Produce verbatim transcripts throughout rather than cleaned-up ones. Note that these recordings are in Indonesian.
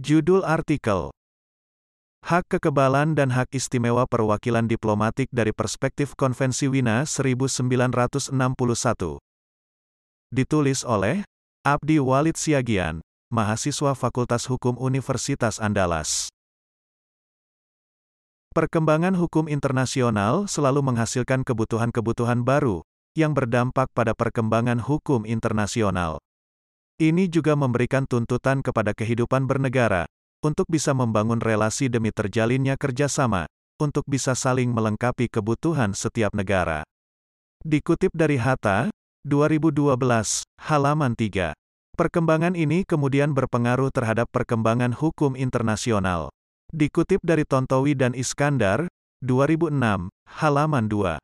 Judul artikel: Hak kekebalan dan hak istimewa perwakilan diplomatik dari perspektif Konvensi Wina seribu sembilan ratus enam puluh satu. Ditulis oleh Abdi Walid Siagian, mahasiswa Fakultas Hukum Universitas Andalas. Perkembangan hukum internasional selalu menghasilkan kebutuhan-kebutuhan baru, yang berdampak pada perkembangan hukum internasional. Ini juga memberikan tuntutan kepada kehidupan bernegara, untuk bisa membangun relasi demi terjalinnya kerjasama, untuk bisa saling melengkapi kebutuhan setiap negara. Dikutip dari Hatta, dua ribu dua belas, halaman tiga. Perkembangan ini kemudian berpengaruh terhadap perkembangan hukum internasional. Dikutip dari Tontowi dan Iskandar, dua ribu enam, halaman dua.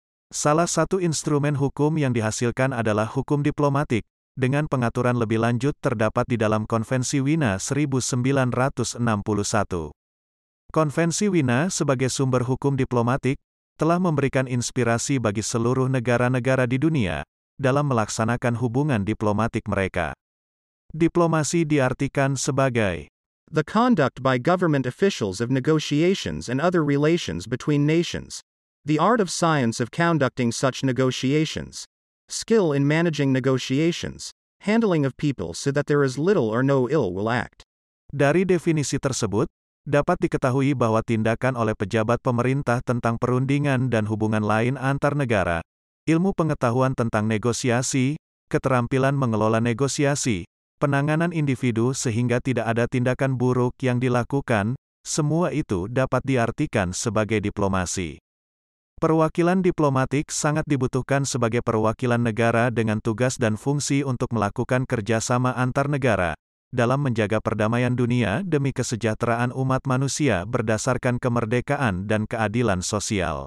Salah satu instrumen hukum yang dihasilkan adalah hukum diplomatik, dengan pengaturan lebih lanjut terdapat di dalam Konvensi Wina seribu sembilan ratus enam puluh satu. Konvensi Wina sebagai sumber hukum diplomatik, telah memberikan inspirasi bagi seluruh negara-negara di dunia, dalam melaksanakan hubungan diplomatik mereka. Diplomasi diartikan sebagai the conduct by government officials of negotiations and other relations between nations. The art of science of conducting such negotiations. Skill in managing negotiations. Handling of people so that there is little or no ill will act. Dari definisi tersebut, dapat diketahui bahwa tindakan oleh pejabat pemerintah tentang perundingan dan hubungan lain antar negara, ilmu pengetahuan tentang negosiasi, keterampilan mengelola negosiasi, penanganan individu sehingga tidak ada tindakan buruk yang dilakukan, semua itu dapat diartikan sebagai diplomasi. Perwakilan diplomatik sangat dibutuhkan sebagai perwakilan negara dengan tugas dan fungsi untuk melakukan kerjasama antar negara, dalam menjaga perdamaian dunia demi kesejahteraan umat manusia berdasarkan kemerdekaan dan keadilan sosial.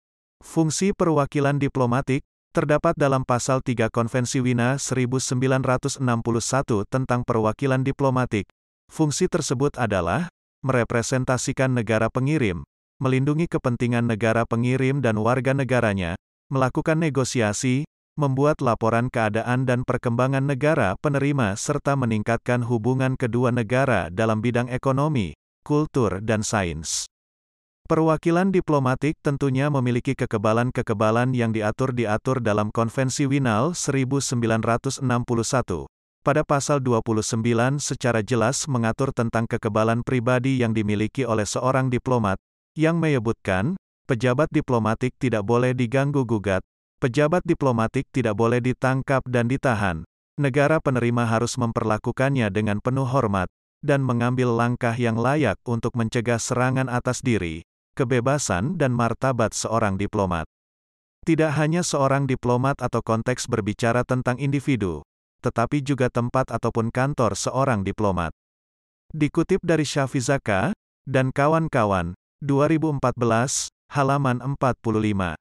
Fungsi perwakilan diplomatik terdapat dalam Pasal tiga Konvensi Wina seribu sembilan ratus enam puluh satu tentang perwakilan diplomatik. Fungsi tersebut adalah merepresentasikan negara pengirim, melindungi kepentingan negara pengirim dan warga negaranya, melakukan negosiasi, membuat laporan keadaan dan perkembangan negara penerima serta meningkatkan hubungan kedua negara dalam bidang ekonomi, kultur dan sains. Perwakilan diplomatik tentunya memiliki kekebalan-kekebalan yang diatur-diatur dalam Konvensi Wina seribu sembilan ratus enam puluh satu. Pada pasal dua puluh sembilan secara jelas mengatur tentang kekebalan pribadi yang dimiliki oleh seorang diplomat, yang menyebutkan, pejabat diplomatik tidak boleh diganggu-gugat, pejabat diplomatik tidak boleh ditangkap dan ditahan, negara penerima harus memperlakukannya dengan penuh hormat, dan mengambil langkah yang layak untuk mencegah serangan atas diri, kebebasan dan martabat seorang diplomat. Tidak hanya seorang diplomat atau konteks berbicara tentang individu, tetapi juga tempat ataupun kantor seorang diplomat. Dikutip dari Syafizaka dan kawan-kawan, dua ribu empat belas, halaman empat puluh lima.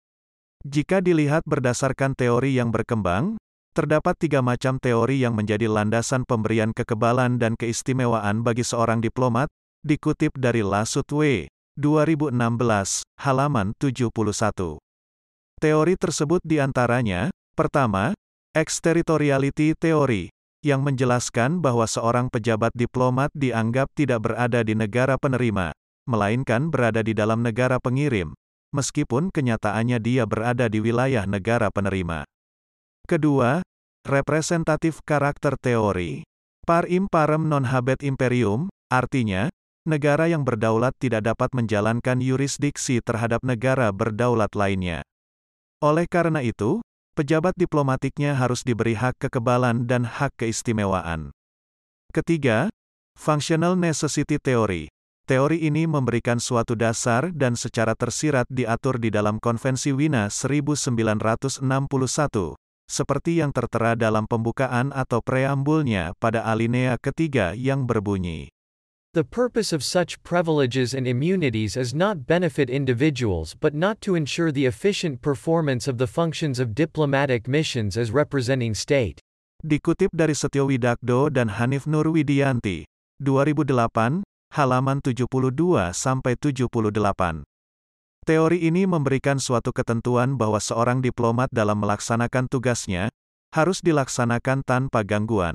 Jika dilihat berdasarkan teori yang berkembang, terdapat tiga macam teori yang menjadi landasan pemberian kekebalan dan keistimewaan bagi seorang diplomat, dikutip dari Lasut W. dua ribu enam belas, halaman tujuh puluh satu. Teori tersebut diantaranya, pertama, exterritoriality theory, yang menjelaskan bahwa seorang pejabat diplomat dianggap tidak berada di negara penerima, melainkan berada di dalam negara pengirim, meskipun kenyataannya dia berada di wilayah negara penerima. Kedua, representative character theory. Par imparem non habet imperium, artinya, negara yang berdaulat tidak dapat menjalankan yurisdiksi terhadap negara berdaulat lainnya. Oleh karena itu, pejabat diplomatiknya harus diberi hak kekebalan dan hak keistimewaan. Ketiga, functional necessity theory. Teori ini memberikan suatu dasar dan secara tersirat diatur di dalam Konvensi Wina seribu sembilan ratus enam puluh satu, seperti yang tertera dalam pembukaan atau preambulnya pada alinea ketiga yang berbunyi, the purpose of such privileges and immunities is not benefit individuals but not to ensure the efficient performance of the functions of diplomatic missions as representing state. Dikutip dari Setio Widakdo dan Hanif Nurwidianti, dua ribu delapan, halaman tujuh puluh dua sampai tujuh puluh delapan. Teori ini memberikan suatu ketentuan bahwa seorang diplomat dalam melaksanakan tugasnya, harus dilaksanakan tanpa gangguan,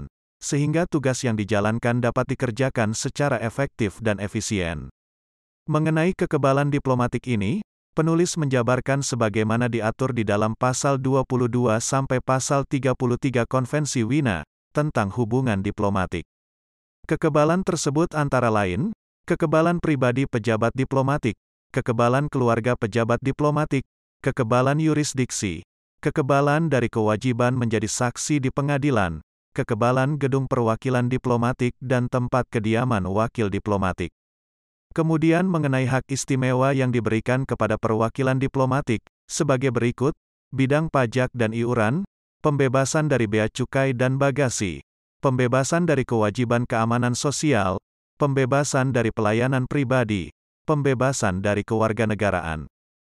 sehingga tugas yang dijalankan dapat dikerjakan secara efektif dan efisien. Mengenai kekebalan diplomatik ini, penulis menjabarkan sebagaimana diatur di dalam pasal dua puluh dua sampai pasal tiga puluh tiga Konvensi Wina tentang hubungan diplomatik. Kekebalan tersebut antara lain, kekebalan pribadi pejabat diplomatik, kekebalan keluarga pejabat diplomatik, kekebalan yurisdiksi, kekebalan dari kewajiban menjadi saksi di pengadilan, kekebalan gedung perwakilan diplomatik dan tempat kediaman wakil diplomatik. Kemudian mengenai hak istimewa yang diberikan kepada perwakilan diplomatik, sebagai berikut, bidang pajak dan iuran, pembebasan dari bea cukai dan bagasi, pembebasan dari kewajiban keamanan sosial, pembebasan dari pelayanan pribadi, pembebasan dari kewarganegaraan.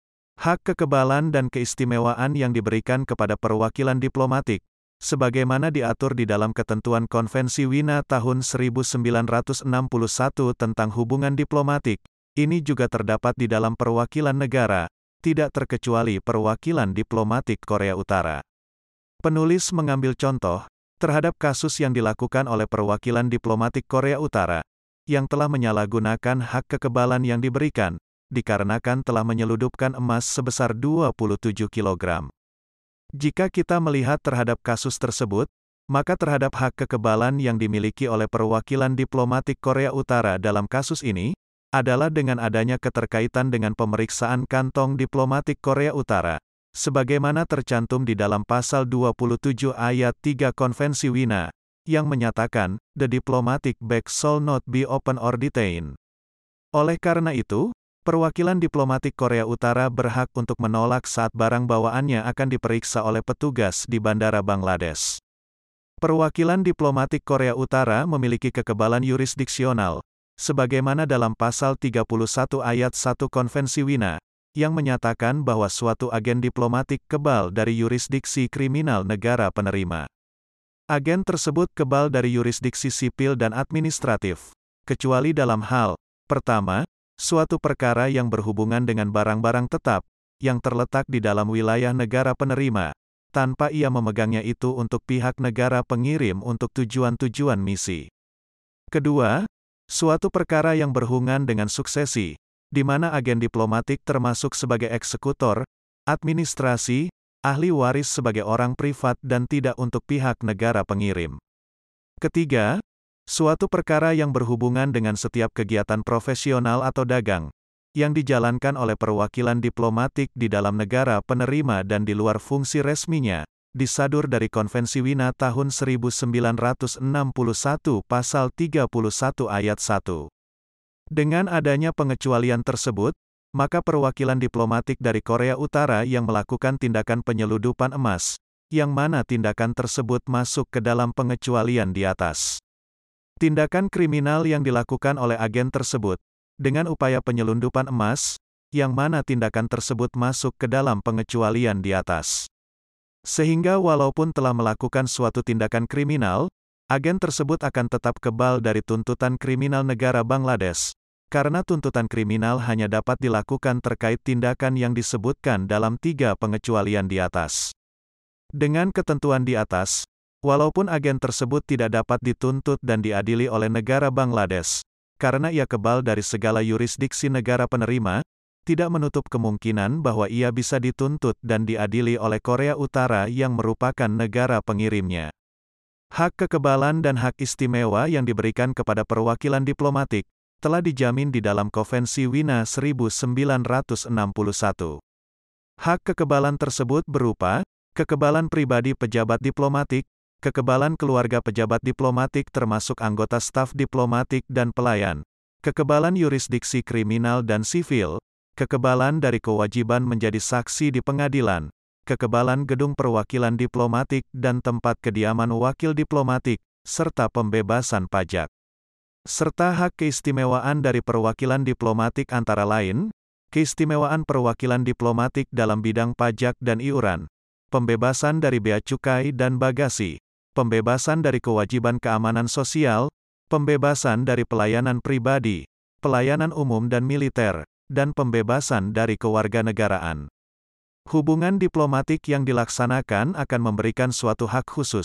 Hak kekebalan dan keistimewaan yang diberikan kepada perwakilan diplomatik, sebagaimana diatur di dalam ketentuan Konvensi Wina tahun seribu sembilan ratus enam puluh satu tentang hubungan diplomatik, ini juga terdapat di dalam perwakilan negara, tidak terkecuali perwakilan diplomatik Korea Utara. Penulis mengambil contoh terhadap kasus yang dilakukan oleh perwakilan diplomatik Korea Utara, yang telah menyalahgunakan hak kekebalan yang diberikan, dikarenakan telah menyeludupkan emas sebesar dua puluh tujuh kilogram. Jika kita melihat terhadap kasus tersebut, maka terhadap hak kekebalan yang dimiliki oleh perwakilan diplomatik Korea Utara dalam kasus ini, adalah dengan adanya keterkaitan dengan pemeriksaan kantong diplomatik Korea Utara, sebagaimana tercantum di dalam pasal dua puluh tujuh ayat tiga Konvensi Wina, yang menyatakan, the diplomatic bag shall not be open or detained. Oleh karena itu, perwakilan diplomatik Korea Utara berhak untuk menolak saat barang bawaannya akan diperiksa oleh petugas di Bandara Bangladesh. Perwakilan diplomatik Korea Utara memiliki kekebalan yurisdiksional, sebagaimana dalam pasal tiga puluh satu ayat satu Konvensi Wina, yang menyatakan bahwa suatu agen diplomatik kebal dari yurisdiksi kriminal negara penerima. Agen tersebut kebal dari yurisdiksi sipil dan administratif, kecuali dalam hal, pertama, suatu perkara yang berhubungan dengan barang-barang tetap, yang terletak di dalam wilayah negara penerima, tanpa ia memegangnya itu untuk pihak negara pengirim untuk tujuan-tujuan misi. Kedua, suatu perkara yang berhubungan dengan suksesi, di mana agen diplomatik termasuk sebagai eksekutor, administrasi, ahli waris sebagai orang privat dan tidak untuk pihak negara pengirim. Ketiga, suatu perkara yang berhubungan dengan setiap kegiatan profesional atau dagang, yang dijalankan oleh perwakilan diplomatik di dalam negara penerima dan di luar fungsi resminya, disadur dari Konvensi Wina tahun seribu sembilan ratus enam puluh satu pasal tiga puluh satu ayat satu. Dengan adanya pengecualian tersebut, maka perwakilan diplomatik dari Korea Utara yang melakukan tindakan penyeludupan emas, yang mana tindakan tersebut masuk ke dalam pengecualian di atas. Tindakan kriminal yang dilakukan oleh agen tersebut, dengan upaya penyelundupan emas, yang mana tindakan tersebut masuk ke dalam pengecualian di atas. Sehingga walaupun telah melakukan suatu tindakan kriminal, agen tersebut akan tetap kebal dari tuntutan kriminal negara Bangladesh, karena tuntutan kriminal hanya dapat dilakukan terkait tindakan yang disebutkan dalam tiga pengecualian di atas. Dengan ketentuan di atas, walaupun agen tersebut tidak dapat dituntut dan diadili oleh negara Bangladesh, karena ia kebal dari segala yurisdiksi negara penerima, tidak menutup kemungkinan bahwa ia bisa dituntut dan diadili oleh Korea Utara yang merupakan negara pengirimnya. Hak kekebalan dan hak istimewa yang diberikan kepada perwakilan diplomatik, telah dijamin di dalam Konvensi Wina seribu sembilan ratus enam puluh satu. Hak kekebalan tersebut berupa, kekebalan pribadi pejabat diplomatik, kekebalan keluarga pejabat diplomatik termasuk anggota staf diplomatik dan pelayan, kekebalan yurisdiksi kriminal dan sivil, kekebalan dari kewajiban menjadi saksi di pengadilan, kekebalan gedung perwakilan diplomatik dan tempat kediaman wakil diplomatik, serta pembebasan pajak. Serta hak keistimewaan dari perwakilan diplomatik antara lain, keistimewaan perwakilan diplomatik dalam bidang pajak dan iuran, pembebasan dari bea cukai dan bagasi, pembebasan dari kewajiban keamanan sosial, pembebasan dari pelayanan pribadi, pelayanan umum dan militer, dan pembebasan dari kewarganegaraan. Hubungan diplomatik yang dilaksanakan akan memberikan suatu hak khusus,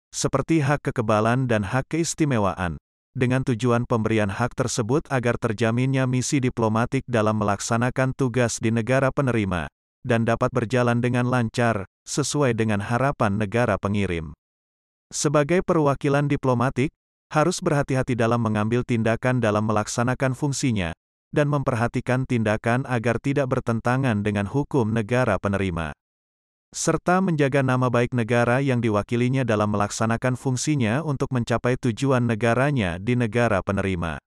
seperti hak kekebalan dan hak keistimewaan, dengan tujuan pemberian hak tersebut agar terjaminnya misi diplomatik dalam melaksanakan tugas di negara penerima, dan dapat berjalan dengan lancar, sesuai dengan harapan negara pengirim. Sebagai perwakilan diplomatik, harus berhati-hati dalam mengambil tindakan dalam melaksanakan fungsinya, dan memperhatikan tindakan agar tidak bertentangan dengan hukum negara penerima. Serta menjaga nama baik negara yang diwakilinya dalam melaksanakan fungsinya untuk mencapai tujuan negaranya di negara penerima.